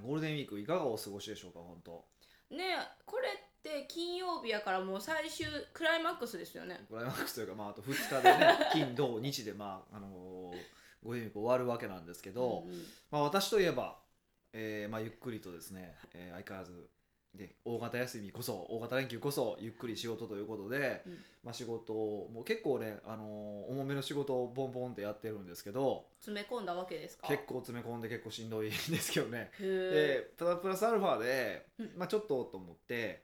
ゴールデンウィークいかがお過ごしでしょうか。本当ね、これって金曜日やからもう最終クライマックスですよね。 クライマックスというか、あと2日でね金土日でゴールデンウィーク終わるわけなんですけど、私といえば、ゆっくりとですね、相変わらずで大型連休こそゆっくり仕事ということで、仕事をもう結構ね、重めの仕事をボンボンってやってるんですけど、 詰め込んだわけですか。 結構詰め込んで結構しんどいんですけどね。 へでただプラスアルファで、ちょっと思って、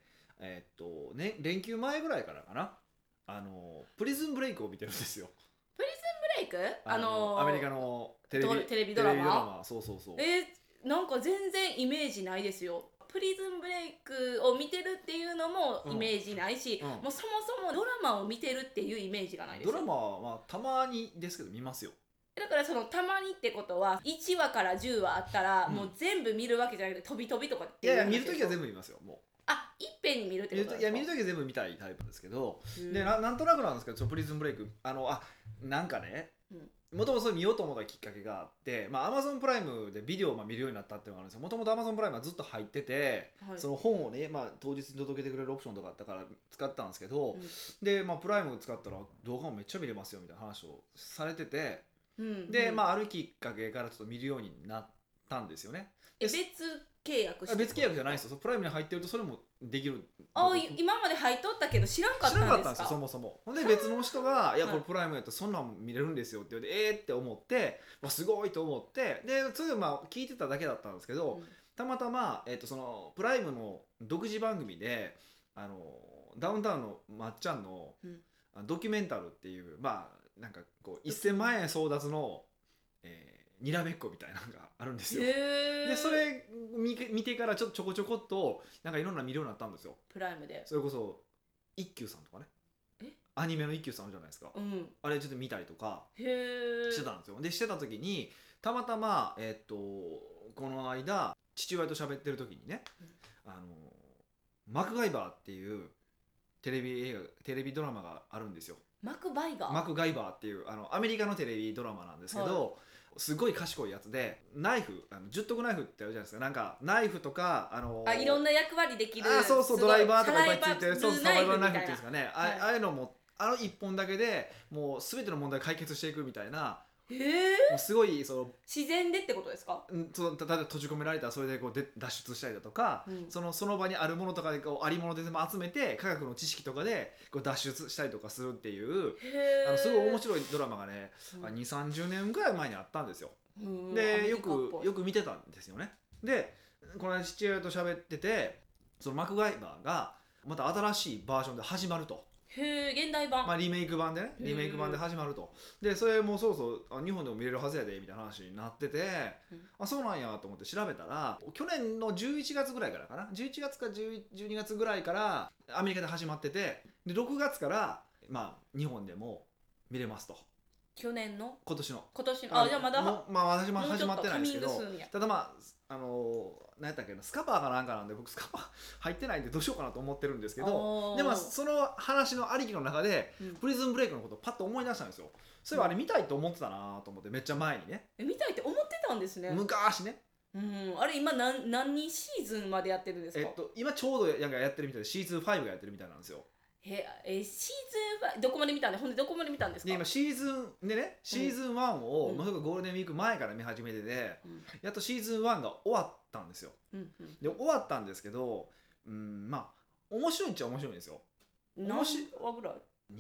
連休前ぐらいからかな、プリズンブレイクを見てるんですよ。 プリズンブレイク、 アメリカのテレビドラマ。 そうそうそう。 なんか全然イメージないですよ。プリズンブレイクを見てるっていうのもイメージないし、もうそもそもドラマを見てるっていうイメージがないですよ。 ドラマはたまにですけど見ますよ。 だからそのたまにってことは1話から10話あったら、もう全部見るわけじゃなくて飛び飛びとかっていう。 いや見るときは全部見ますよ。もういっぺんに見るってことですか。 いや見るときは全部見たいタイプですけど、でなんとなくなんですけど、そのプリズンブレイクなんかね、もともとそれ見ようと思ったきっかけがあって、Amazon プライムでビデオを見るようになったっていうのがあるんですよ。もともと Amazon プライムはずっと入ってて、その本をね、当日に届けてくれるオプションとかあったから使ったんですけど、で、プライム使ったら動画もめっちゃ見れますよみたいな話をされてて、で、あるきっかけからちょっと見るようになったんですよね。 別契約して別契約じゃないですよ。プライムに入ってるとそれもできる。 今まで入っとったけど知らんかったんですか。 知らなかったんですよ、そもそも。ほんで別の人が「いやこれプライムやったらそんなん見れるんですよ」って言ってって思って、すごいと思って、でそれで聞いてただけだったんですけど、たまたま、そのプライムの独自番組でダウンタウンのまっちゃんのドキュメンタルっていう、なんかこう1000万円争奪のにらめっこみたいなのがあるんですよ。でそれ見てからちょこちょこっとなんかいろんな見るようになったんですよ。 プライムで。 それこそ一休さんとかね、アニメの一休さんあるじゃないですか、あれちょっと見たりとかしてたんですよ。でしてた時にたまたま、この間父親と喋ってる時にね、マクガイバーっていうテレビドラマがあるんですよ。マクガイバーっていうアメリカのテレビドラマなんですけど、すごい賢いやつで、ナイフ十徳ナイフってあるじゃないですか。なんかナイフとかいろんな役割できる、 ドライバーとかいっぱいついてる、サバイバルナイフっていうんですかね、ああいうのも一本だけでもう全ての問題解決していくみたいな。もうすごい自然でってことですか。 例えば閉じ込められたらそれで脱出したりだとか、その場にあるものとかでありもので全部集めて科学の知識とかで脱出したりとかするっていう、すごい面白いドラマがね、20-30年ぐらい前にあったんですよ。でよく見てたんですよね。でこの間父親と喋ってて、そのマクガイバーがまた新しいバージョンで始まると。 現代版、 リメイク版で始まると。でそれもそろそろ日本でも見れるはずやでみたいな話になってて、そうなんやと思って調べたら、去年の11月ぐらいからかな、11月か12月ぐらいからアメリカで始まってて、で6月から日本でも見れますと。 今年のじゃあまだ始まってないですけど、ただ何やったっけな、スカパーかなんかなんで、僕スカパー入ってないんでどうしようかなと思ってるんですけど、でその話のありきの中で、プリズンブレイクのことをパッと思い出したんですよ。そういえばあれ見たいと思ってたなと思って、めっちゃ前にね。 見たいって思ってたんですね、 昔ね。 あれ今何シーズンまでやってるんですか。 今ちょうどやってるみたいで、シーズン5がやってるみたいなんですよ。 シーズン5どこまで見たんで、ほんでどこまで見たんですか。 で今シーズン1を、ゴールデンウィーク前から見始めてて、やっとシーズン1が終わったんですよ。で終わったんですけど、面白いっちゃ面白いんですよ。 何話ぐらい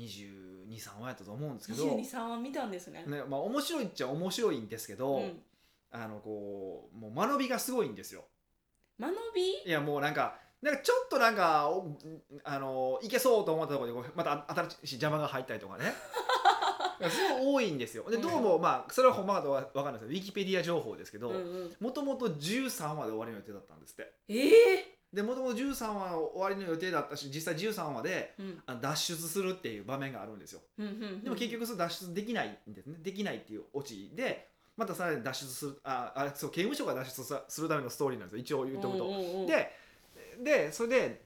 22-23話やったと思うんですけど、 22-23話見たんですね。 面白いっちゃ面白いんですけど、もう間延びがすごいんですよ。 間延び？ いやもうなんかちょっといけそうと思ったところでまた新しい邪魔が入ったりとかねすごい多いんですよ。でどうもそれはほんまかどうか分かんないですけど、ウィキペディア情報ですけど、もともと13話で終わりの予定だったんですって。でもともと13話の終わりの予定だったし、実際13話で脱出するっていう場面があるんですよ。でも結局脱出できないんですね。できないっていうオチで、またさらに脱出する刑務所が脱出するためのストーリーなんですよ、一応言っとくと。でそれで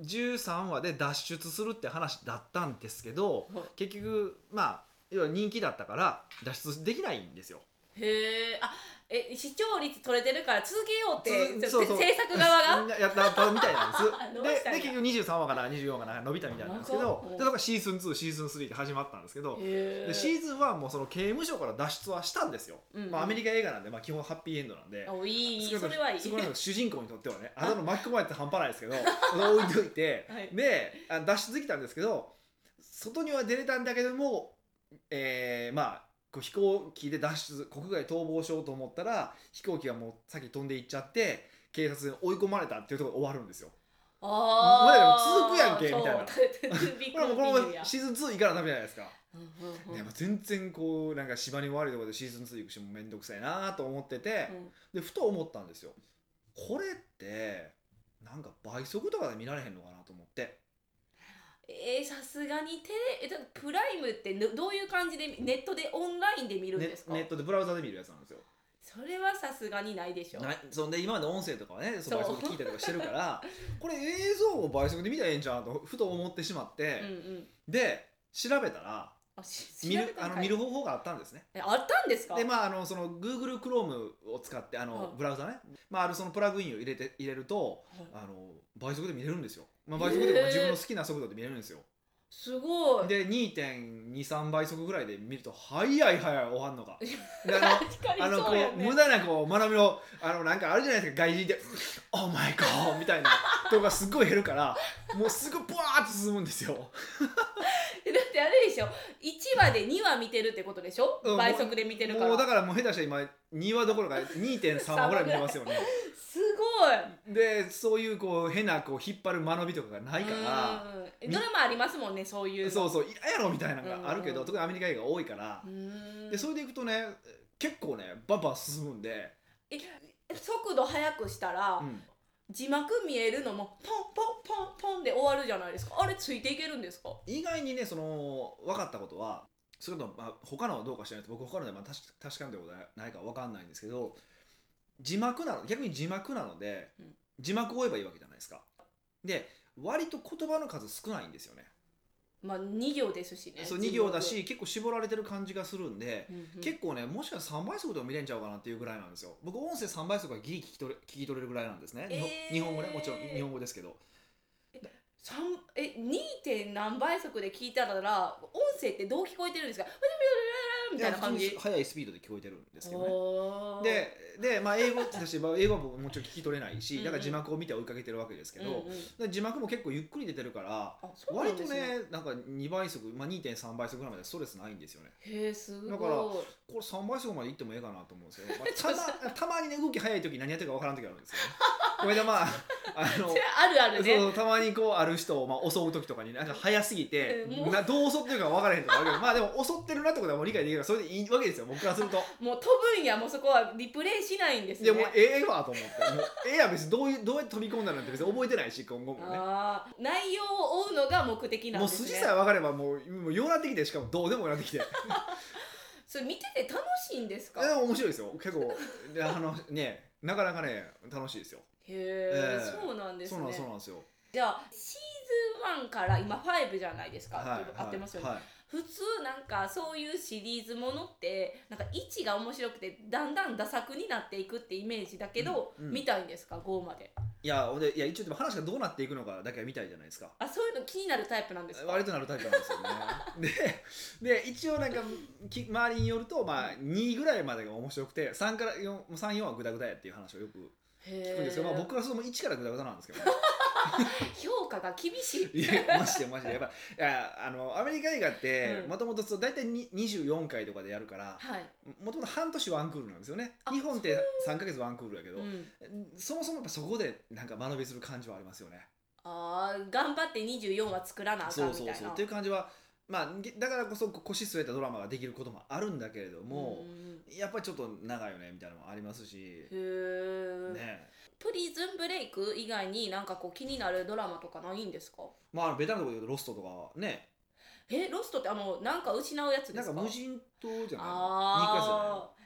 13話で脱出するって話だったんですけど、結局要は人気だったから脱出できないんですよ。 へえ。視聴率取れてるから続けようってそうそう制作側がやったみたいなんどうですしたんやで結局23話かな24話かな伸びたみたいなんですけど、 長っでそこからシーズン2シーズン3って始まったんですけど、でシーズン1もその刑務所から脱出はしたんですよ、 うんうんまあ、アメリカ映画なんで、まあ、基本ハッピーエンドなんで、 いいそれはいいすごい主人公にとってはねあの巻き込まれて半端ないですけど置いといて、 はいで脱出できたんですけど外には出れたんだけども、まあこう飛行機で脱出国外逃亡しようと思ったら飛行機がもう先飛んでいっちゃって警察に追い込まれたっていうところで終わるんですよ。まだでも続くやんけみたいなこれもこのシーズン2行かなダメじゃないですか。でも全然こうなんか芝に悪いところでシーズン2行くしもめんどくさいなと思ってて、でふと思ったんですよ。これってなんか倍速とかで見られへんのかなと思って。 さすがにプライムってどういう感じでネットでオンラインで見るんですか？ ネットでブラウザで見るやつなんですよ。 それはさすがにないでしょ。 そんで今まで音声とかはね倍速で聞いたりとかしてるからこれ映像を倍速で見たらええんちゃうとふと思ってしまって、で調べたら見る方法があったんですね。 あったんですか？ でその Google Chrome を使ってブラウザね、あるそのプラグインを入れると、倍速で見れるんですよ。倍速で自分の好きな速度で見れるんですよ。 すごい。 で 2.23 倍速ぐらいで見ると早い終わんのが。こう無駄なこう学びのなんかあるじゃないですか外人で「オーマイゴー」みたいなとかすっごい減るからもうすぐブワーッと進むんですよ。 だってあれでしょ1話で2話見てるってことでしょ、倍速で見てるから。 もうだからもう下手したら今2話どころか 2.3 話ぐらい見てますよね。 すごい。 でそういうこう変なこう引っ張る間延びとかがないからドラマありますもんねそういうの。 そういらんやろみたいなのがあるけど、特にアメリカ映画が多いからでそれでいくとね結構ねバンバン進むんで速度速くしたら、字幕見えるのもポンポンポンポンで終わるじゃないですか。あれついていけるんですか？ 意外にね分かったことはそれと他のはどうか知らないです。僕他ので確かめたことないか分かんないんですけど逆に字幕なので、字幕を追えばいいわけじゃないですか。で割と言葉の数少ないんですよね。 2行ですしね。 そう2行だし結構絞られてる感じがするんで、結構ねもしかしたら3倍速でも見れんちゃうかなっていうぐらいなんですよ。僕音声3倍速がギリ聞き取れるぐらいなんですね、日本語ね。もちろん日本語ですけど 2. 何倍速で聞いたら音声ってどう聞こえてるんですか？みたいな感じ。 速いスピードで聞こえてるんですけどね。で英語だし英語はもちろん聞き取れないしだから字幕を見て追いかけてるわけですけど、字幕も結構ゆっくり出てるから割とねなんか2倍速、2.3 倍速ぐらいまでストレスないんですよね。 へえすごい。 だからこれ3倍速までいってもええかなと思うんですけど、たまにね動き速い時何やってるか分からん時あるんですよね。これであるあるね。 そうたまにこうある人を襲う時とかになんか速すぎてどう襲ってるか分からへんとかあるけどでも襲ってるなってことはもう理解できるからそれでいいわけですよ僕からすると。 もう飛ぶんやもうそこはリプレイしないんですね。 いやもうええわと思ってもうや別にどうやって飛び込んだなんて別に覚えてないし今後もね。 内容を追うのが目的なんですね。 もう筋さえ分かればもうようなってきてしかもどうでもようなってきてそれ見てて楽しいんですか？ 面白いですよ結構ねなかなかね楽しいですよ。 へえ、そうなんですね。 そうなんですよ。 じゃあシーズン1から今5じゃないですか、合ってますよね、普通なんかそういうシリーズものってなんか1が面白くてだんだんダ作になっていくってイメージだけど、見たいんですか5まで。 いや一応でも話がどうなっていくのかだけは見たいじゃないですか。 そういうの気になるタイプなんですか？ 割となるタイプなんですよねで一応なんか周りによると2ぐらいまでが面白くて3から4はグダグダやっていう話をよく聞くんですけど僕からすると1からグダグダなんですけどね評価が厳しい。 いやマジでやっぱアメリカ映画ってもともと大体24回とかでやるからもともと半年ワンクールなんですよね。日本って3ヶ月ワンクールやけど、そもそもやっぱそこでなんか間延びする感じはありますよね。 頑張って24話作らなあかんみたいな。 そうっていう感じはだからこそ腰据えたドラマができることもあるんだけれども、やっぱりちょっと長いよねみたいなのもありますしね。 プリズンブレイク以外になんかこう気になるドラマとかないんですか？ ベタなところで言うとロストとかね。 ロストってなんか失うやつですか？ なんか無人島じゃないの？2回じゃないの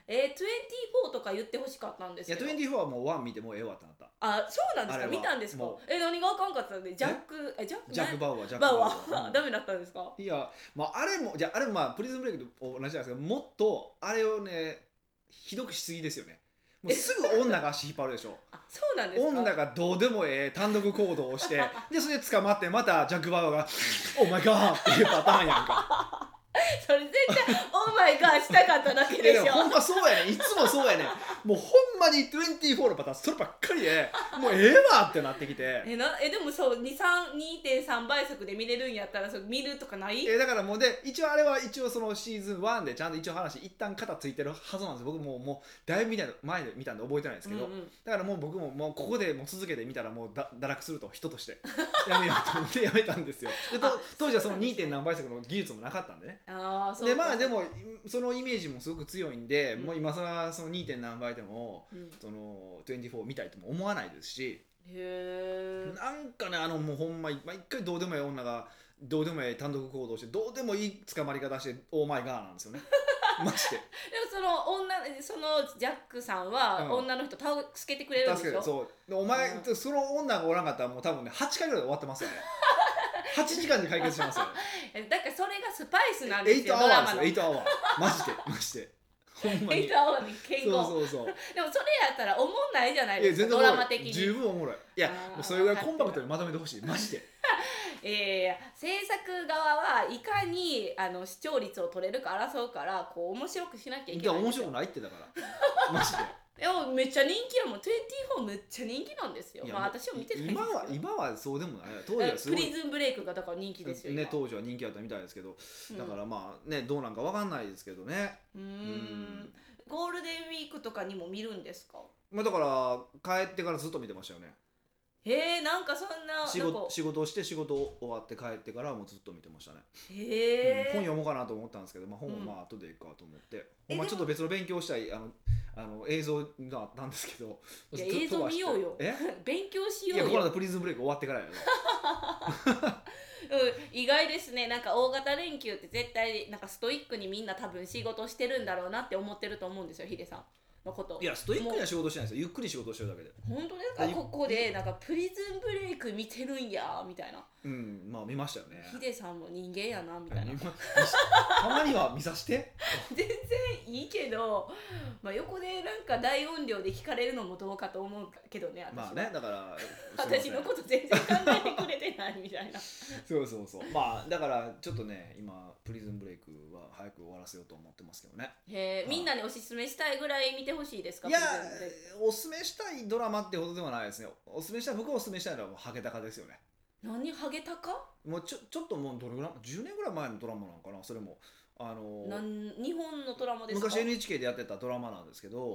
24とか言ってほしかったんですけど。 いや24はもう1見てもうええわってなった。 そうなんですか？見たんですか？何があかんかったんでジャックバウアーダメだったんですか？ いやあれもプリズンブレイクと同じなんですけどもっとあれをねひどくしすぎですよね。もうすぐ女が足引っ張るでしょ。 あ、そうなんですか。 女がどうでもええ単独行動をしてでそれで捕まってまたジャック・バウアーが「オーマイガー」っていうパターンやんか。 それ絶対オーマイガーしたかっただけでしょ。 でもほんまそうやねいつもそうやねもうほんまに24のパターンそればっかりでもうええわってなってきてでもそう2.3倍速で見れるんやったらそう見るとかない？ だからもうで一応あれは一応そのシーズン1でちゃんと一応話一旦肩ついてるはずなんです。僕もうだいぶ前で見たんで覚えてないんですけど、だからもう僕ももうここでもう続けて見たらもう堕落すると人としてやめようと思ってやめたんですよ。で当時はその 2. 何倍速の技術もなかったんでね。 そうでまあでもそのイメージもすごく強いんで、 うん、 もう今更その 2. 何倍でも、その24見たいとも思わないですし、なんかねもうほんま毎回どうでもいい女がどうでもいい単独行動してどうでもいい捕まり方してオーマイガーなんですよねマジで。 でもそのジャックさんは女の人助けてくれるんでしょ。 そうお前、その女がおらんかったらもう多分ね8回ぐらいで終わってますよね8時間で解決しますよねだからそれがスパイスなんですよ。 8アワーですよ8アワーマジでほんまに 8アワーに健康。 そうでもそれやったらおもんないじゃないですか。ドラマ的に十分おもろい。いやもうそれぐらいコンパクトにまとめてほしいマジで制作側はいかに視聴率を取れるか争うからこう面白くしなきゃいけないんですよ。 面白くないってだからマジででもめっちゃ人気やもん。24めっちゃ人気なんですよ。まあ私も見てないんですけど今はそうでもない。当時はすごいプリズンブレイクがだから人気ですよね。当時は人気だったみたいですけど、だからまあねどうなんかわかんないですけどね。 ゴールデンウィークとかにも見るんですか？ まあだから帰ってからずっと見てましたよね。 なんかそんな仕事をして仕事終わって帰ってからもうずっと見てましたね。本読もうかなと思ったんですけど、まあ、本をまあ後でいくかと思って、まあちょっと別の勉強したい映像があったんですけど、 いや映像見ようよ勉強しようよ。 いやこの間プリズンブレイク終わってからやろ意外ですね。なんか大型連休って絶対なんかストイックにみんな多分仕事してるんだろうなって思ってると思うんですよ、ヒデさんのこと。 いやストイックには仕事してないですよ。ゆっくり仕事してるだけで。 本当ですか？ここでなんかプリズンブレイク見てるんやみたいな。 まあ見ましたよね。 ヒデさんも人間やなみたいな。 たまには見させて全然いいけど、まあ、横でなんか大音量で聞かれるのもどうかと思うけどね。 まあねだから私のこと全然考えてくれてないみたいなそうまあだからちょっとね今プリズンブレイクは早く終わらせようと思ってますけどね。 みんなにおすすめしたいぐらい見てほしいですか？ いやおすすめしたいドラマってほどではないですね。僕がおすすめしたいのはもうハゲタカですよね。 何ハゲタカ？ もうちょっともうどれぐらい10年ぐらい前のドラマなのかな。それも日本のドラマですか？ 昔 NHK でやってたドラマなんですけど、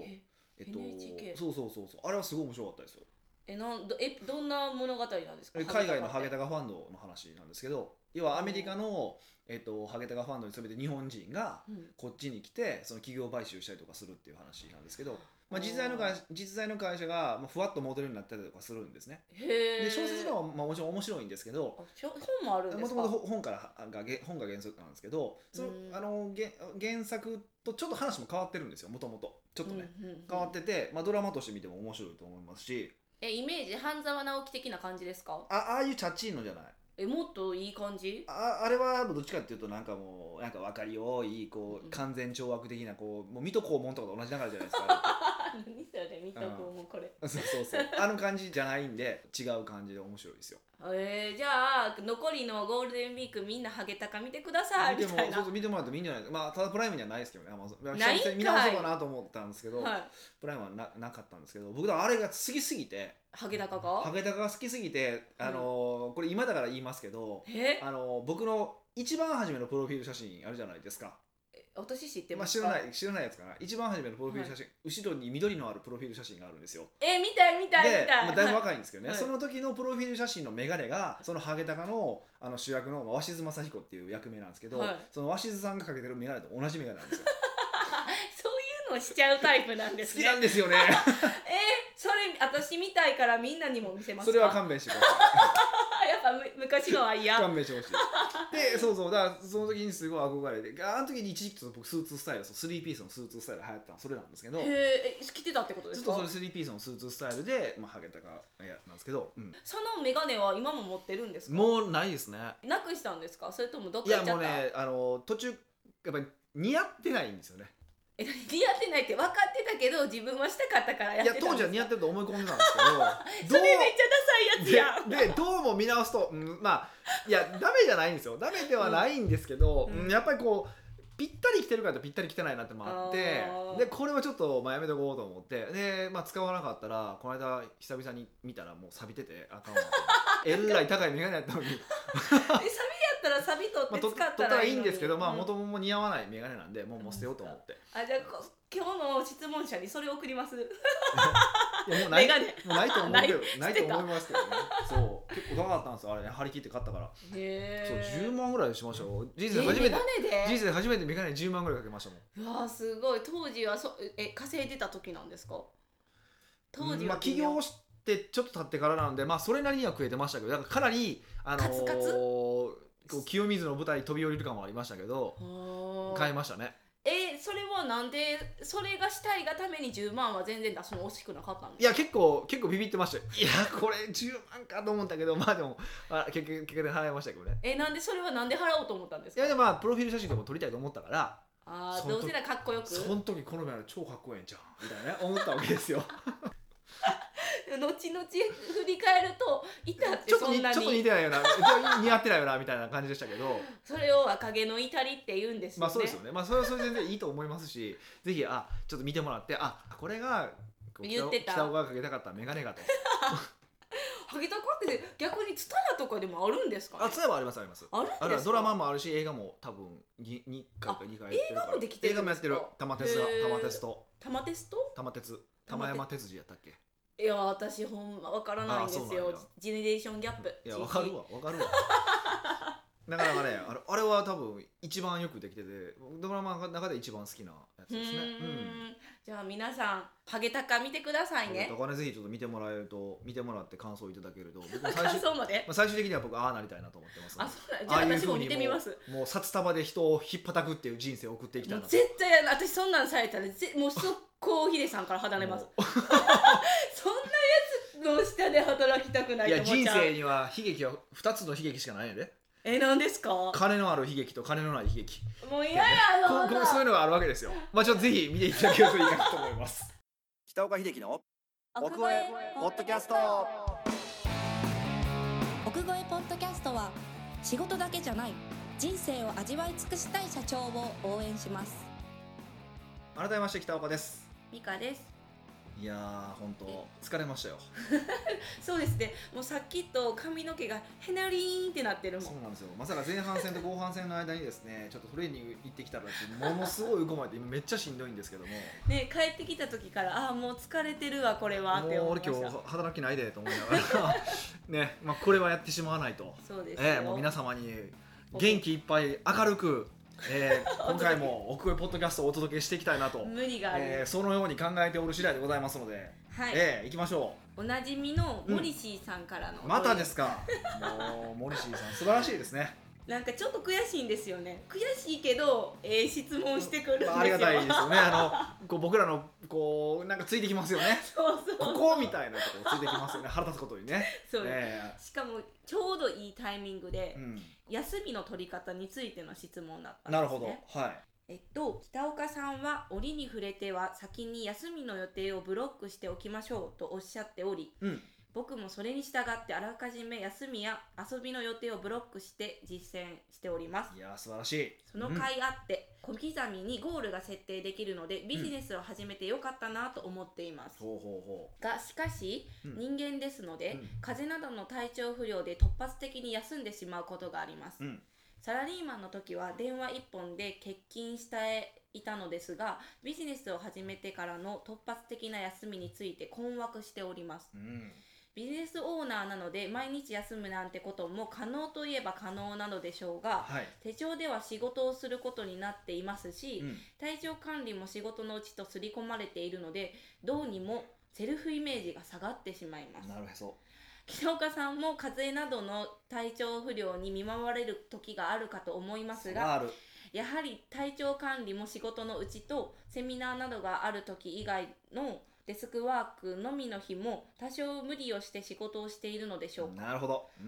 NHK そうあれはすごい面白かったですよ。 どんな物語なんですか？ 海外のハゲタカファンドの話なんですけど、要はアメリカの、ハゲタカファンドに勤めて日本人がこっちに来てその企業買収したりとかするっていう話なんですけど、まあ、実在の会社がふわっとモデルになったりとかするんですね。で小説のはまあもちろん面白いんですけど、 本もあるんですか？ もともと本が原則なんですけど、その原作とちょっと話も変わってるんですよ。もともとちょっとね、変わってて、まあ、ドラマとして見ても面白いと思いますし。 イメージ半沢直樹的な感じですか？ ああいうチャッチーのじゃない。 もっといい感じ？ あれはどっちかっていうとなんかもうなんか分かりよいこう完全懲悪的なこうもう水戸黄門とかと同じ流れじゃないですか何それ水戸黄門これそう感じじゃないんで違う感じで面白いですよ。 じゃあ残りのゴールデンウィークみんなハゲタカ見てくださいみたいな。 見てもらってもいいんじゃないですか。まあただプライムにはないですけどね。 ないんかい。 見直そうかなと思ったんですけど、プライムはなかったんですけど、僕はあれが好きすぎてハゲタカが好きすぎてこれ今だから言いますけど、僕の一番初めのプロフィール写真あるじゃないですか。 私知ってますか？ 知らないやつかな。一番初めのプロフィール写真、後ろに緑のあるプロフィール写真があるんですよ。 見たいで、まあ、だいぶ若いんですけどね、その時のプロフィール写真のメガネがそのハゲタカの主役の鷲津正彦っていう役名なんですけど、その鷲津さんがかけてるメガネと同じメガネなんですよそういうのをしちゃうタイプなんですね。 好きなんですよねそれ私みたいからみんなにも見せますか？ それは勘弁してくださいやっぱ昔のは嫌。 勘弁してほしい。でだからその時にすごい憧れて、あの時に一時期僕スーツスタイル3ピースのスーツスタイル流行ったのそれなんですけど、 着てたってことですか？ ずっとそれ3ピースのスーツスタイルで、まあ、ハゲタカなんですけど、 そのメガネは今も持ってるんですか？ もうないですね。 なくしたんですか？それともどっか行っちゃった？ いやもうね途中やっぱり似合ってないんですよね。 似合ってないって分かってたけど自分はしたかったからやってたんですか。 いや当時は似合ってると思い込んでたんですけどそれめっちゃダサいやつやん。 でどうも見直すと、まあいやダメじゃないんですよ、ダメではないんですけど、やっぱりこうぴったり着てるからとぴったり着てないなってもあって、でこれはちょっとやめとこうと思って、で、使わなかったらこの間久々に見たらもう錆びててあかんわえらい高いメガネやったのにサビやったらサビ取って使ったらいいのに、 いいんですけど、元も似合わないメガネなんでもう捨てようと思って、 じゃあ今日の質問者にそれ送ります。 いやもうないメガネもうないと思うけどないと思いますけどね。そう結構高かったんですよあれね、張り切って買ったから。そう10万ぐらいしましたよ。人生で初めてメガネ10万ぐらいかけましたもん。 うわすごい。当時は稼いでた時なんですか。当時は起業してちょっと経ってからなんで、それなりには食えてましたけど、だからかなりカツカツ清水の舞台飛び降りる感はありましたけど買いましたね。 それはなんで、それがしたいがために10万は全然出すの惜しくなかったんですか。 いや結構ビビってましたよ。いやこれ10万かと思ったけど、でも結局で払いましたけどね。 なんでそれはなんで払おうと思ったんですか。 いやでもプロフィール写真でも撮りたいと思ったから、 どうせならかっこよく、 その時この目ある超かっこええんじゃんみたいなね思ったわけですよ。 後々振り返るといたってそんなにちょっと似てないよな似合ってないよなみたいな感じでしたけど、 それを若気の至りって言うんですよね。 そうですよね。それはそれ全然いいと思いますし、ぜひちょっと見てもらって、これが言ってた北岡がかけたかったメガネがと。 ハゲタカって逆にツタヤとかでもあるんですかね。 ツタヤはあります。 あるんですか。 ドラマもあるし映画も多分2回か2回やってるから。 映画もできてるんですか。 映画もやってる。玉鉄と玉山哲司やったっけ。 いや私ほんま分からないんですよ。ジェネレーションギャップ。 いや分かるわだからね、あれは多分一番よくできてて、ドラマの中で一番好きなやつですね。 じゃあ皆さんハゲタカ見てくださいね。 だからぜひちょっと見てもらって感想いただけると、 感想まで最終的には僕なりたいなと思ってます。 そうなん。じゃあ私も見てみます。 もう札束で人を引っ叩くっていう人生を送っていきたいな。 絶対私そんなんされたらもう速攻ヒデさんから離れます。そんなやつの下で働きたくないと思っちゃう。 いや人生には悲劇は2つの悲劇しかないので。 何ですか。 金のある悲劇と金のない悲劇。 もう嫌やそういうのがあるわけですよ。ちょっとぜひ見ていただけるといいかなと思います。北岡秀樹の奥越えポッドキャスト。 奥越えポッドキャストは仕事だけじゃない人生を味わい尽くしたい社長を応援します。 改めまして北岡です。 ミカです。 いやー本当疲れましたよ。 そうですね。もうさっきと髪の毛がヘナリーンってなってるもん。 そうなんですよ。まさか前半戦と後半戦の間にですねちょっとトレーニング行ってきたらものすごい動かれて今めっちゃしんどいんですけどもね、帰ってきた時からもう疲れてるわこれはって思いました。 もう俺今日働きないでと思いながらね、これはやってしまわないと。 そうですよ。 もう皆様に元気いっぱい明るく今回も奥越えポッドキャストをお届けしていきたいなと無理がある、 そのように考えておる次第でございますので、行きましょう。 おなじみのモリシーさんからの、 またですか。もうモリシーさん素晴らしいですね。 なんかちょっと悔しいんですよね。悔しいけど、質問してくるんですよ。 ありがたいですよね。僕らのなんかついてきますよね。 そうここみたいなところついてきますよね。腹立つことにね。 そう、しかもちょうどいいタイミングで、休みの取り方についての質問だったんですね。 なるほど。はい。 北岡さんは折に触れては先に休みの予定をブロックしておきましょうとおっしゃっており、僕もそれに従ってあらかじめ休みや遊びの予定をブロックして実践しております。 いや素晴らしい。 その甲斐あって、小刻みにゴールが設定できるのでビジネスを始めてよかったなと思っています。がしかし、人間ですので、風邪などの体調不良で突発的に休んでしまうことがあります。サラリーマンの時は電話一本で欠勤していたのですが、ビジネスを始めてからの突発的な休みについて困惑しております。ビジネスオーナーなので毎日休むなんてことも可能といえば可能なのでしょうが、手帳では仕事をすることになっていますし、体調管理も仕事のうちと刷り込まれているので、どうにもセルフイメージが下がってしまいます。 なるほど。 北岡さんも風邪などの体調不良に見舞われる時があるかと思いますが、やはり体調管理も仕事のうちとセミナーなどがある時以外のデスクワークのみの日も多少無理をして仕事をしているのでしょうか。 なるほど。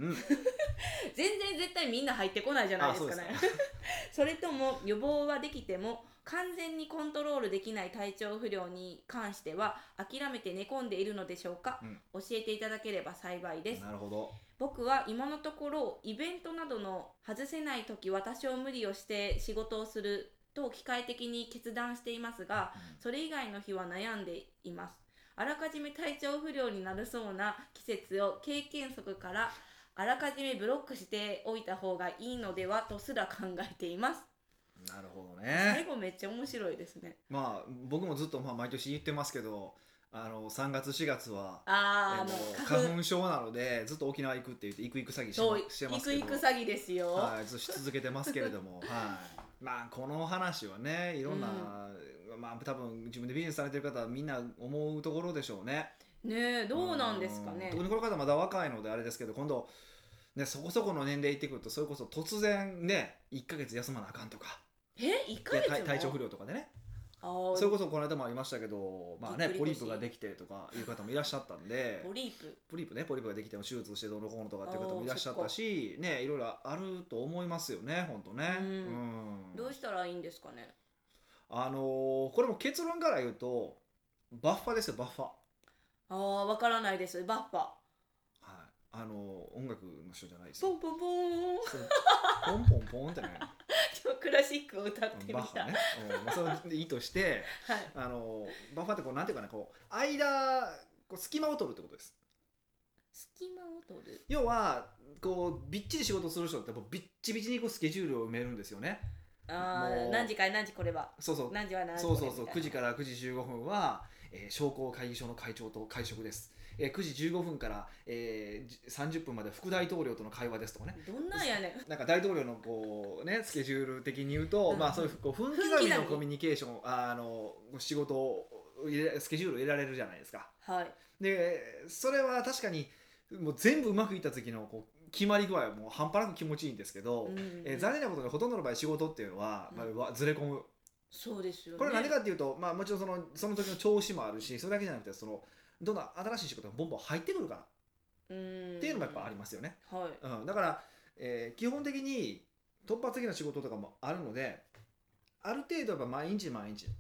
全然絶対みんな入ってこないじゃないですかね。それとも予防はできても完全にコントロールできない体調不良に関しては諦めて寝込んでいるのでしょうか、教えていただければ幸いです。 なるほど。 僕は今のところイベントなどの外せない時は多少無理をして仕事をすると機械的に決断していますが、それ以外の日は悩んでいます。あらかじめ体調不良になるそうな季節を経験則からあらかじめブロックしておいた方がいいのではとすら考えています。 なるほどね。 最後めっちゃ面白いですね。 まあ僕もずっと毎年言ってますけど、3月4月は花粉症なのでずっと沖縄行くって言って行く詐欺してますけど、 行く詐欺ですよ。 はい、ずっとし続けてますけれども、はい、まあこの話はね、いろんな、まあ多分自分でビジネスされてる方はみんな思うところでしょうね。 ねえ、どうなんですかね。 特にこの方まだ若いのであれですけど、今度ね、そこそこの年齢いってくるとそれこそ突然ね1ヶ月休まなあかんとか、 1ヶ月も体調不良とかでね、それこそこの間もありましたけど、まあね、ポリープができてとかいう方もいらっしゃったんで、ポリープができても手術してどうのこうのとかっていう方もいらっしゃったしね、いろいろあると思いますよね、本当ね。 どうしたらいいんですかね。 これも結論から言うとバッファですよ、バッファ。 わからないです。バッファ。 はい、音楽の人じゃないですよ。ポンポンポーン。 ポンポンポンってね。 クラシックを歌ってみた。 バッファね。それでいいとして、 はい、 バッファってこうなんていうかな、こう隙間を取るってことです。 隙間を取る。 要はこうびっちり仕事する人ってビッチビチにこうスケジュールを埋めるんですよね。 何時から何時これは。 そうそう。 何時は何時そう9時から9時15分は、商工会議所の会長と会食です。9時15分から、30分まで副大統領との会話ですとかね。 どんなんやねん。 なんか大統領のこうねスケジュール的に言うと、まあそういうこう分刻みのコミュニケーション、仕事をスケジュールを入れられるじゃないですか。 はい。 でそれは確かにもう全部うまくいった時のこう決まり具合はもう半端なく気持ちいいんですけど、残念なことでほとんどの場合仕事っていうのは、ずれ込む。 そうですよね。 これ何かっていうと、まあもちろんその時の調子もあるし、それだけじゃなくてどんどん新しい仕事がボンボン入ってくるからっていうのもやっぱありますよね。 はい。 だから、基本的に突発的な仕事とかもあるので、ある程度やっぱ毎日ないし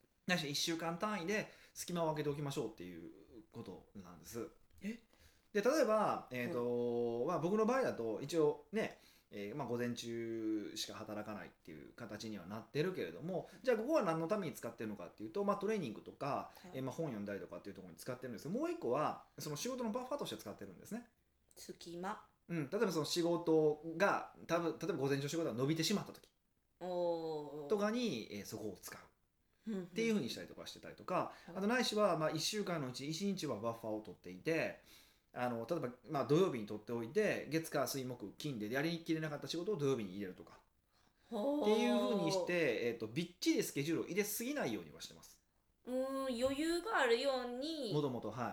1週間単位で隙間を空けておきましょうっていうことなんです。で例えば、まあ、僕の場合だと一応ね、まあ、午前中しか働かないっていう形にはなってるけれども、じゃあここは何のために使ってるのかっていうと、まあ、トレーニングとか、まあ、本読んだりとかっていうところに使ってるんですけど、もう一個はその仕事のバッファーとして使ってるんですね。 隙間。 例えばその仕事が例えば午前中の仕事が伸びてしまった時とかに、そこを使うっていう風にしたりとかしてたりとか、あとないしはまあ1週間のうち1日はバッファーを取っていて、例えばまあ土曜日に取っておいて月火水木金でやりきれなかった仕事を土曜日に入れるとかっていう風にして、びっちりスケジュールを入れすぎないようにはしてます。 余裕があるようにもともと、はい、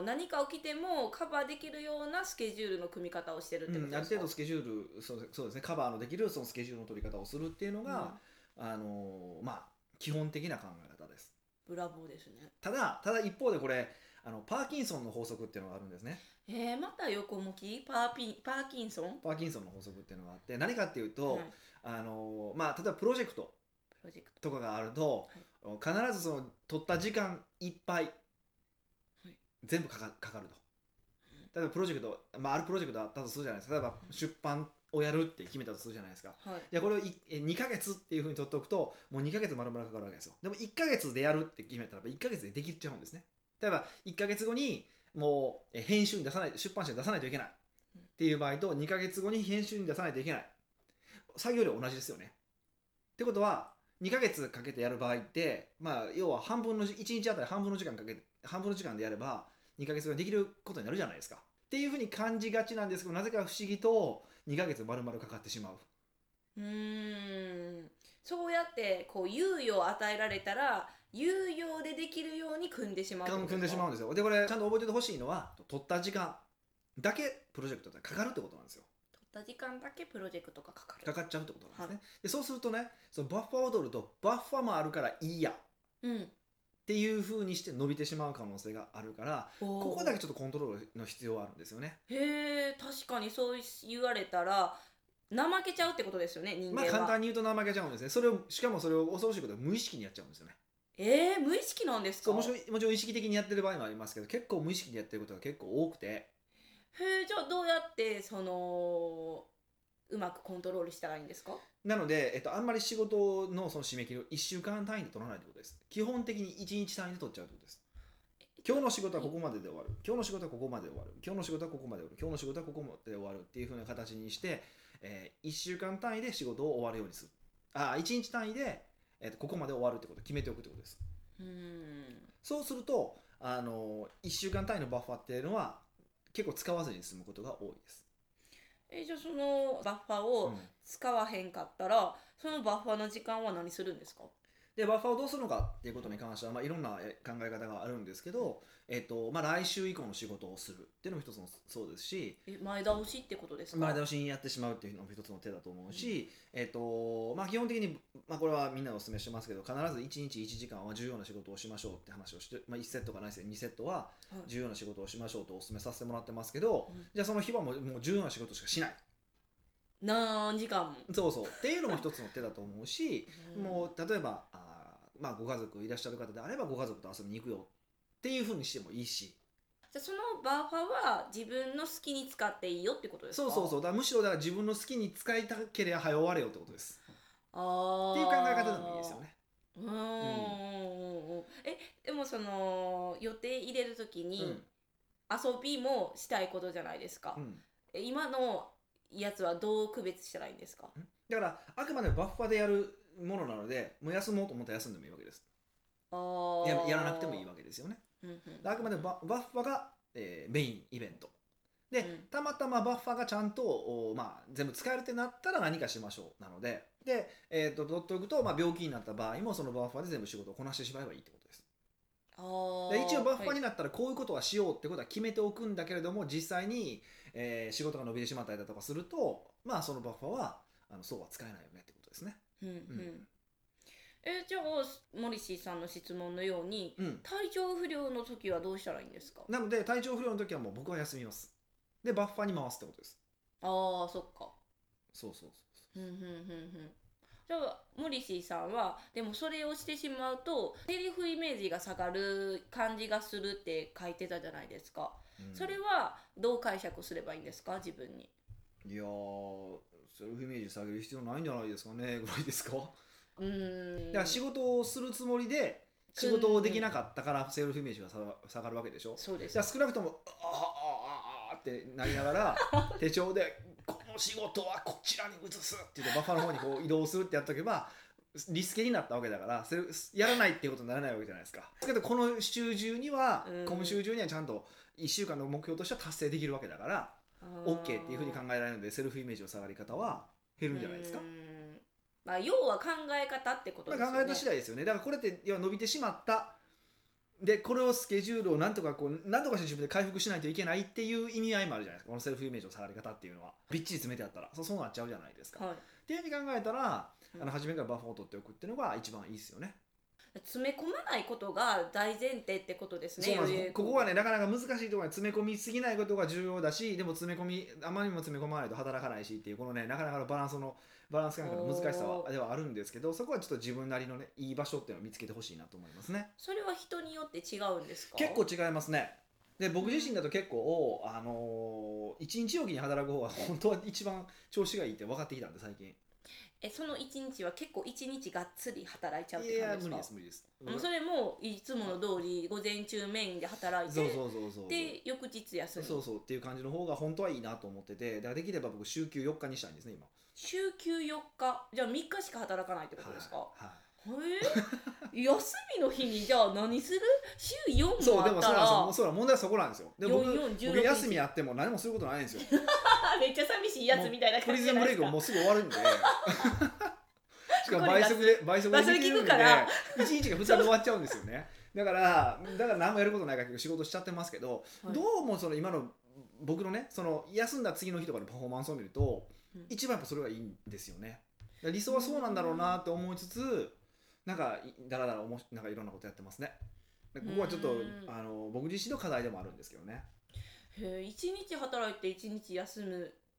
何か起きてもカバーできるようなスケジュールの組み方をしてるってことですか。 ある程度スケジュール、そうですね、カバーのできるそのスケジュールの取り方をするっていうのが、まあ基本的な考え方です。 ブラボーですね。 ただ一方でこれパーキンソンの法則っていうのがあるんですね。 また横向きパーキンソンの法則っていうのがあって、何かっていうと、まあ例えばプロジェクトとかがあると、必ずその取った時間いっぱい全部かかると。例えばプロジェクト、まあ、あるプロジェクトあったとするじゃないですか。例えば出版をやるって決めたとするじゃないですか。いやこれを2ヶ月っていうふうに取っておくともう2ヶ月丸々かかるわけですよ。でも1ヶ月でやるって決めたら1ヶ月でできちゃうんですね。例えば1ヶ月後にもう編集に出さない出版社に出さないといけないっていう場合と2ヶ月後に編集に出さないといけない作業量同じですよね。ってことは2ヶ月かけてやる場合って、まあ、要は1日あたり半分の時間でやれば2ヶ月後にできることになるじゃないですかっていうふうに感じがちなんですけど、なぜか不思議と2ヶ月丸々かかってしまう。 そうやってこう猶予を与えられたら有用でできるように組んでしまうんですよ。でこれちゃんと覚えておいてほしいのは、取った時間だけプロジェクトでかかるってことなんですよ。 取った時間だけプロジェクトがかかっちゃうってことなんですね。でそうするとね、そのバッファーを取るとバッファーもあるからいいやっていう風にして伸びてしまう可能性があるから、ここだけちょっとコントロールの必要はあるんですよね。 へえ、確かにそう言われたら怠けちゃうってことですよね、人間は。 簡単に言うと怠けちゃうんですね。しかもそれを恐ろしいことは無意識にやっちゃうんですよね。 無意識なんですか？ そう、もちろん意識的にやってる場合もありますけど、結構無意識でやってることが結構多くて。 じゃあどうやってうまくコントロールしたらいいんですか？ なので、あんまり仕事のその締め切りを1週間単位で取らないということです。基本的に1日単位で取っちゃうということです。今日の仕事はここまでで終わる。今日の仕事はここまでで終わる。今日の仕事はここまでで終わる。今日の仕事はここまでで終わるっていう風な形にして、1週間単位で仕事を終わるようにする。1日単位で、ここまで終わるってことを決めておくってことです。そうすると、1週間単位のバッファっていうのは結構使わずに済むことが多いです。 じゃあそのバッファを使わへんかったら、そのバッファの時間は何するんですか？ でバッファをどうするのかっていうことに関しては、いろんな考え方があるんですけど、来週以降の仕事をするっていうのも一つのそうですし、 前倒しってことですか？ 前倒しにやってしまうっていうのも一つの手だと思うし、基本的に、これはみんなお勧めしてますけど、必ず1日1時間は重要な仕事をしましょうって話をして、1セットかないせ2セットは重要な仕事をしましょうとお勧めさせてもらってますけど、じゃあその日はもう重要な仕事しかしない。 何時間も。 そうっていうのも一つの手だと思うし、もう例えばご家族いらっしゃる方であればご家族と遊びに行くよっていう風にしてもいいし。 じゃあそのバッファは自分の好きに使っていいよってことですか？ そうだからむしろ自分の好きに使いたければ早終われよってことです。っていう考え方でもいいですよね。 でも予定入れるときに遊びもしたいことじゃないですか。今のやつはどう区別したらいいんですか？ だからあくまでバッファでやるものなので、もう休もうと思ったら休んでもいいわけです。やらなくてもいいわけですよね。あくまでバッファが、メインイベントで、たまたまバッファがちゃんと、全部使えるってなったら何かしましょうなので、取っておくと、病気になった場合もそのバッファで全部仕事をこなしてしまえばいいってことです。で一応バッファになったらこういうことはしようってことは決めておくんだけれども、実際に、仕事が伸びてしまったりだとかすると、そのバッファはそうは使えないよねってことですね。 じゃあモリシーさんの質問のように、体調不良の時はどうしたらいいんですか？ なので体調不良の時はもう僕は休みます。でバッファに回すってことです。 そっか。 そうじゃあモリシーさんはでもそれをしてしまうとセリフイメージが下がる感じがするって書いてたじゃないですか。それはどう解釈すればいいんですか？自分に。 いやセリフイメージ下げる必要ないんじゃないですかねぐらいですか。だから仕事をするつもりで仕事をできなかったからセルフイメージが下がるわけでしょ。 そうです。 じゃあ少なくともってなりながら手帳でこの仕事はこちらに移すって言ってバッファの方にこう移動するってやっとけばリスケになったわけだから、やらないっていうことにならないわけじゃないですか。だけどこの週中にはちゃんと1週間の目標としては達成できるわけだから OK っていうふうに考えられるので、セルフイメージの下がり方は減るんじゃないですか。 要は考え方ってことですよね。 考え方次第ですよね。だからこれって伸びてしまったで、これをスケジュールをなんとかして自分で回復しないといけないっていう意味合いもあるじゃないですか。このセルフイメージの下がり方っていうのはびっちり詰めてあったらそうなっちゃうじゃないですか。っていうふうに考えたら初めからバッファを取っておくっていうのが一番いいですよね。 詰め込まないことが大前提ってことですね。 そうなんです。ここはねなかなか難しいところに詰め込みすぎないことが重要だし、でもあまりにも詰め込まないと働かないしっていうこのねなかなかのバランス感覚の難しさではあるんですけど、そこはちょっと自分なりのねいい場所っていうのを見つけてほしいなと思いますね。 それは人によって違うんですか？ 結構違いますね。で僕自身だと結構1日おきに働く方が本当は一番調子がいいって分かってきたんで最近。 その1日は結構1日がっつり働いちゃうって感じですか？ 無理です。 それもいつもの通り午前中メインで働いてで翌日休みそうっていう感じの方が本当はいいなと思ってて、だからできれば僕週休4日にしたいんですね今。 週休4日じゃあ3日しか働かないってことですか？休みの日にじゃあ何する？週4もあったらそうでもそうなんですよ。問題はそこなんですよ。で僕休みあっても何もすることないんですよ。 めっちゃ寂しいやつみたいな感じじゃないですか。 プリズンブレイクももうすぐ終わるんでしかも倍速でできるんで1日が2日で終わっちゃうんですよね。だから何もやることないから仕事しちゃってますけど、どうも今の僕のね休んだ次の日とかのパフォーマンスを見ると、一番やっぱそれがいいんですよね。理想はそうなんだろうなって思いつつ、なんかだらだらなんかいろんなことやってますね。ここはちょっと僕自身の課題でもあるんですけどね。 1日働いて1日休む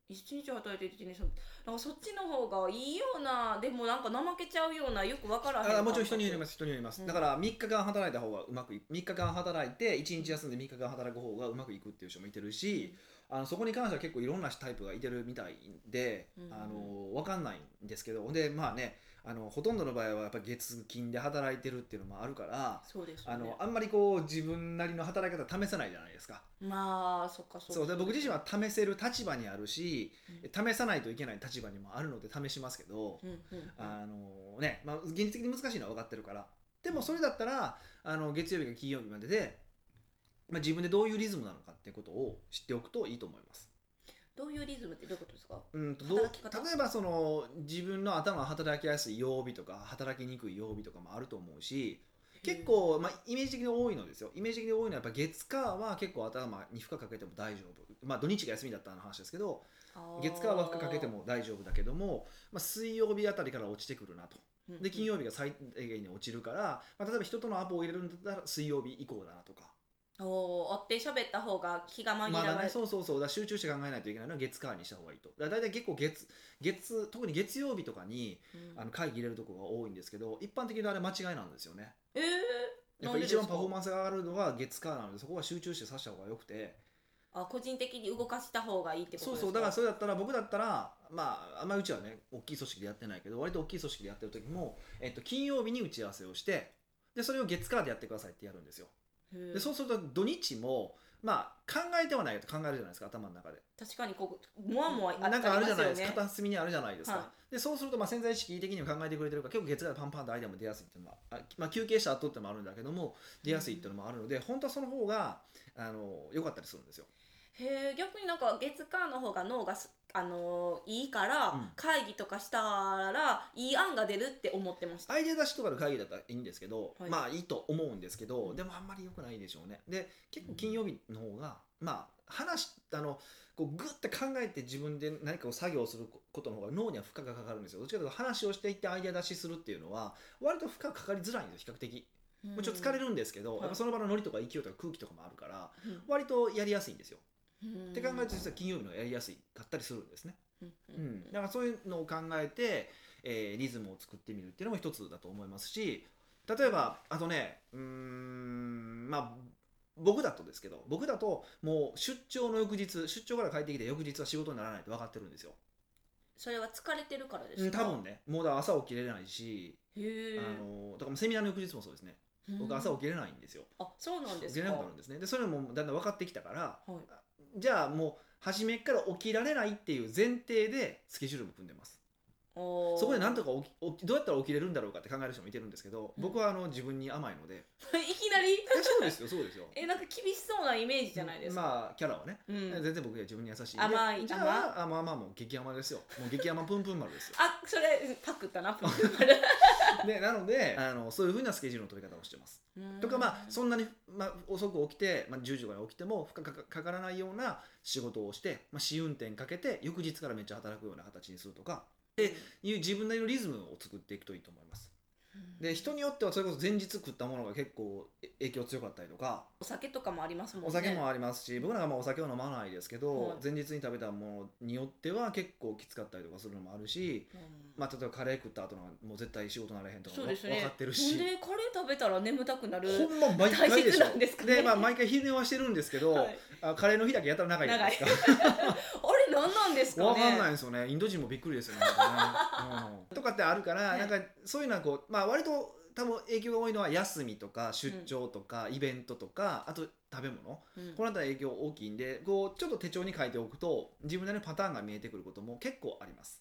一日働いて1日なんかそっちの方がいいような、でもなんか怠けちゃうような、よくわからへん。 もちろん人によります、人によります、だから3日間働いた方がうまくいく、3日間働いて1日休んで3日間働く方がうまくいくっていう人もいてるし、そこに関しては結構いろんなタイプがいてるみたいで、分かんないんですけど、でまあね、ほとんどの場合はやっぱり月金で働いてるっていうのもあるから、 そうですよね、 あんまりこう自分なりの働き方試せないじゃないですか。 まあそっかそうで、僕自身は試せる立場にあるし、試さないといけない立場にもあるので試しますけど、ね、まあ、現実的に難しいのは分かってるから、でもそれだったら月曜日から金曜日までで、まあ、自分でどういうリズムなのかっていうことを知っておくといいと思います。 どういうリズムってどういうことですか？ 働き方？例えば自分の頭が働きやすい曜日とか働きにくい曜日とかもあると思うし、結構、まあ、イメージ的に多いのですよ。イメージ的に多いのはやっぱ月火は結構頭に負荷かけても大丈夫、まあ土日が休みだったの話ですけど、月火は負荷かけても大丈夫だけども、まあ、水曜日あたりから落ちてくるなと。で金曜日が最低限に落ちるから、まあ、例えば人とのアポを入れるんだったら水曜日以降だなとか。 追って喋った方が気が紛らわれる、 まだね、そうだ、集中して考えないといけないのは月火にした方がいいと。だいたい結構特に月曜日とかに、会議入れるところが多いんですけど、一般的にあれ間違いなんですよね。やっぱり一番パフォーマンスが上がるのが月火なので、そこは集中してさせた方がよくて、 個人的に動かした方がいいってことですか？ そうだからそれだったら、僕だったら、まああんまりうちはね大きい組織でやってないけど、割と大きい組織でやってる時も、金曜日に打ち合わせをして、でそれを月火でやってくださいってやるんですよ。でそうすると土日もまあ考えてはないと考えるじゃないですか、頭の中で。 確かにこうモワモワなんかあるじゃないですか、片隅にあるじゃないですか、 はい、 でそうするとまあ潜在意識的にも考えてくれてるから、結構月火でパンパンとアイデアも出やすいっていうのは、まあ、休憩した後ってのもあるんだけども出やすいっていうのもあるので、本当はその方が良かったりするんですよ。 へえ、逆になんか月火の方が脳がいいから、会議とかしたらいい案が出るって思ってました。 アイデア出しとかの会議だったらいいんですけど、 はい、 まあいいと思うんですけど、でもあんまり良くないでしょうね。で結構金曜日の方が、まあこうグッて考えて自分で何かを作業することの方が脳には負荷がかかるんですよ。どっちかというと話をしていってアイデア出しするっていうのは割と負荷かかりづらいんですよ、比較的。もちろん疲れるんですけど、やっぱその場のノリとか勢いとか空気とかもあるから、割とやりやすいんですよ。って考えると実は金曜日のやりやすいかったりするんですね。だからそういうのを考えて、リズムを作ってみるっていうのも一つだと思いますし、例えばあとね、まあ僕だとですけど、僕だともう出張から帰ってきて翌日は仕事にならないって分かってるんですよ。 それは疲れてるからですか？ 多分ね、もうだ朝起きれないし、だからセミナーの翌日もそうですね。僕朝起きれないんですよ。 そうなんですか。 起きれなくなるんですね。でそれもだんだん分かってきたから、じゃあもう初めから起きられないっていう前提でスケジュールも組んでます。そこでなんとかどうやったら起きれるんだろうかって考える人もいてるんですけど、僕は自分に甘いのでいきなりそうですよなんか厳しそうなイメージじゃないですか。 まあキャラはね、全然僕は自分に優しいんで、 甘いじゃあまあもう激甘ですよ。もう激甘プンプン丸ですよ。 それパクったな、プンプン丸でなのでそういう風なスケジュールの取り方をしてます。とかまあそんなに、遅く起きて、10時から起きても負荷かからないような仕事をして、試運転かけて翌日からめっちゃ働くような形にするとかっていう自分なりのリズムを作っていくといいと思います。で人によってはそれこそ前日食ったものが結構影響強かったりとか、 お酒とかもありますもんね。 お酒もありますし、僕らがお酒を飲まないですけど、前日に食べたものによっては結構きつかったりとかするのもあるし、例えばカレー食った後のもう絶対仕事なれへんとかも分かってるし、 ほんでカレー食べたら眠たくなる、 ほんま毎回でしょ。 なんですかね。 で毎回昼寝はしてるんですけど、カレーの日だけやったら長いじゃないですか。 あれ何なんですかね。 分かんないんですよね。インド人もびっくりですよね。とかってあるから、なんかそういうのは割と多分影響が多いのは休みとか出張とかイベントとか、あと食べ物、この辺り影響大きいんで、ちょっと手帳に書いておくと自分なりのパターンが見えてくることも結構あります。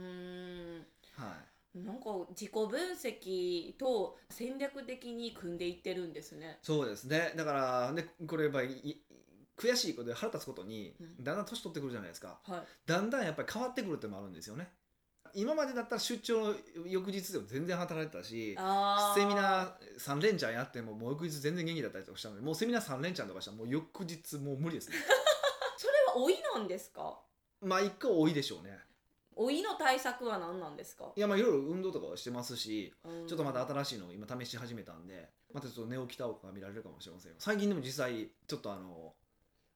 なんか自己分析と戦略的に組んでいってるんですね。 そうですね。だからね、これやっぱり悔しいことで腹立つことに、だんだん年取ってくるじゃないですか、だんだんやっぱり変わってくるってのもあるんですよね。今までだったら出張の翌日でも全然働いてたし、セミナー3連チャンやってももう翌日全然元気だったりとかしたので、もうセミナー3連チャンとかしたらもう翌日もう無理ですね。 それは老いなんですか？ 一個多いでしょうね。 老いの対策は何なんですか？ いやいろいろ運動とかはしてますし、ちょっとまた新しいのを今試し始めたんで、またちょっと寝起きたおかが見られるかもしれませんよ。最近でも実際ちょっと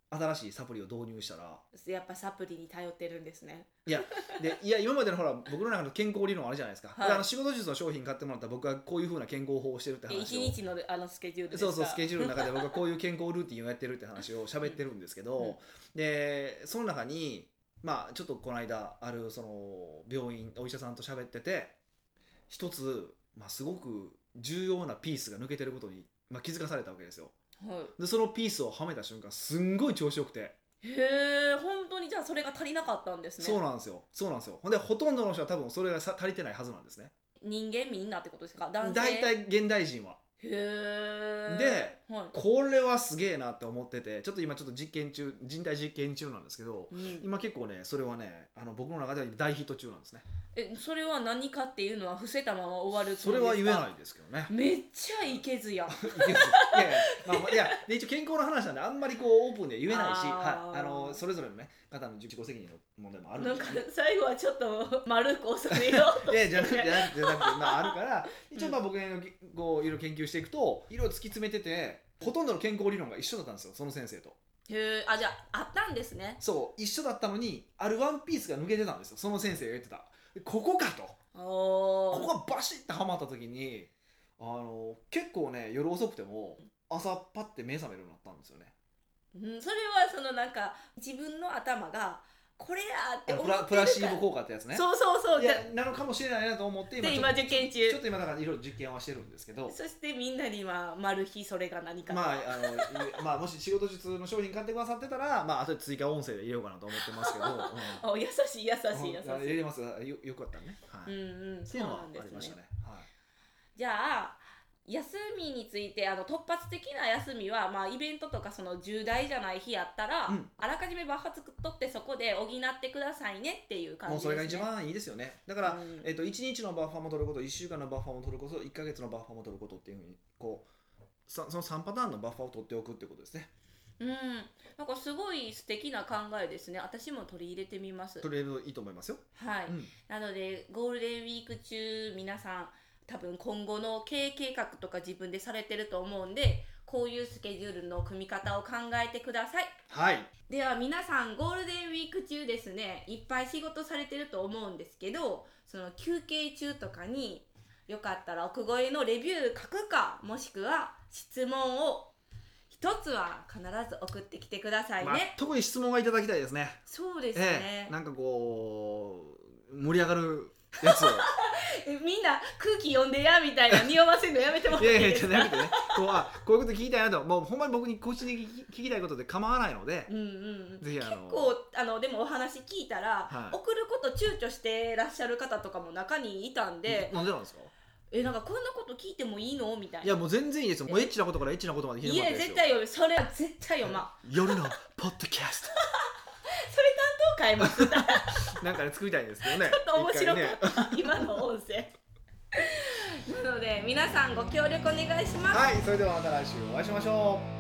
新しいサプリを導入したら、 やっぱサプリに頼ってるんですね。 いや今までのほら僕の中の健康理論あるじゃないですか、 はい、 仕事術の商品買ってもらったら僕はこういう風な健康法をしてるって話を 1日のスケジュールですか。 そうスケジュールの中で僕はこういう健康ルーティンをやってるって話を喋ってるんですけど、でその中にちょっとこの間あるその病院お医者さんと喋ってて、一つ、すごく重要なピースが抜けてることに、気づかされたわけですよ。 はい、 でそのピースをはめた瞬間すんごい調子よくて、 へえ、本当にじゃあそれが足りなかったんですね。 そうなんですよ。ほんでほとんどの人は多分それが足りてないはずなんですね。 人間みんなってことですか？男性大体現代人は。 へえ。 で、 はい、 これはすげえなって思ってて、ちょっと今人体実験中なんですけど、今結構ねそれはね僕の中では大ヒット中なんですね。 それは何かっていうのは伏せたまま終わるそれは言えないですけどね。 めっちゃいけずやいやで一応健康の話なんであんまりこうオープンで言えないし、それぞれのね方の自己責任の問題もあるんで、 なんか最後はちょっと丸く収めようとじゃなくてあるから一応僕のこういろいろ研究していくといろいろ突き詰めてて、ほとんどの健康理論が一緒だったんですよ、その先生と。 へえ、じゃああったんですね。 そう一緒だったのにあるワンピースが抜けてたんですよ、その先生が言ってた。ここかと、ここがバシッてはまった時に結構ね夜遅くても朝パッて目覚めるようになったんですよね。 それはそのなんか自分の頭がこれやって思ってるからプラシーボ効果ってやつね。 そういやなのかもしれないなと思って今受験中ちょっと今だからいろいろ実験はしてるんですけど、 そしてみんなにはマル秘それが何かもし仕事術の商品買ってくださってたら後で追加音声で入れようかなと思ってますけど、 優しい入れます。よかったね。はい。っていうのはありましたね。はい。 じゃあ休みについて突発的な休みは、イベントとかその重大じゃない日やったら、あらかじめバッファ作っとってそこで補ってくださいねっていう感じですね。 もうそれが一番いいですよね。だから、1日のバッファも取ること、1週間のバッファも取ること、1ヶ月のバッファも取ることっていうふうにこうその3パターンのバッファを取っておくっていうことですね。 なんかすごい素敵な考えですね。私も取り入れてみます。 取り入れるといいと思いますよ。 はい、なのでゴールデンウィーク中皆さん多分今後の経営計画とか自分でされてると思うんで、こういうスケジュールの組み方を考えてください。 はい。 では皆さんゴールデンウィーク中ですね、いっぱい仕事されてると思うんですけど、その休憩中とかによかったら奥越えのレビュー書くか、もしくは質問を一つは必ず送ってきてくださいね。 特に質問がいただきたいですね。 そうですね。 なんかこう盛り上がるやつをみんな空気読んでやみたいな匂わせるのやめてもらっていいですか？ じゃなくてね、こういうこと聞きたいなと、もうほんまに僕に個人的に聞きたいことで構わないので、ぜひ結構でもお話聞いたら、送ること躊躇してらっしゃる方とかも中にいたんで。 なんでなんですか？ なんかこんなこと聞いてもいいのみたいな。 いやもう全然いいですよ。もうエッチなことからエッチなことまで聞いてもらっていいですよ。 いや絶対読む。それは絶対読ま。 夜のポッドキャストそれ担当変えますなんかね作りたいんですけどね。 ちょっと面白かった、今の音声なので皆さんご協力お願いします。 はい、それではまた来週お会いしましょう。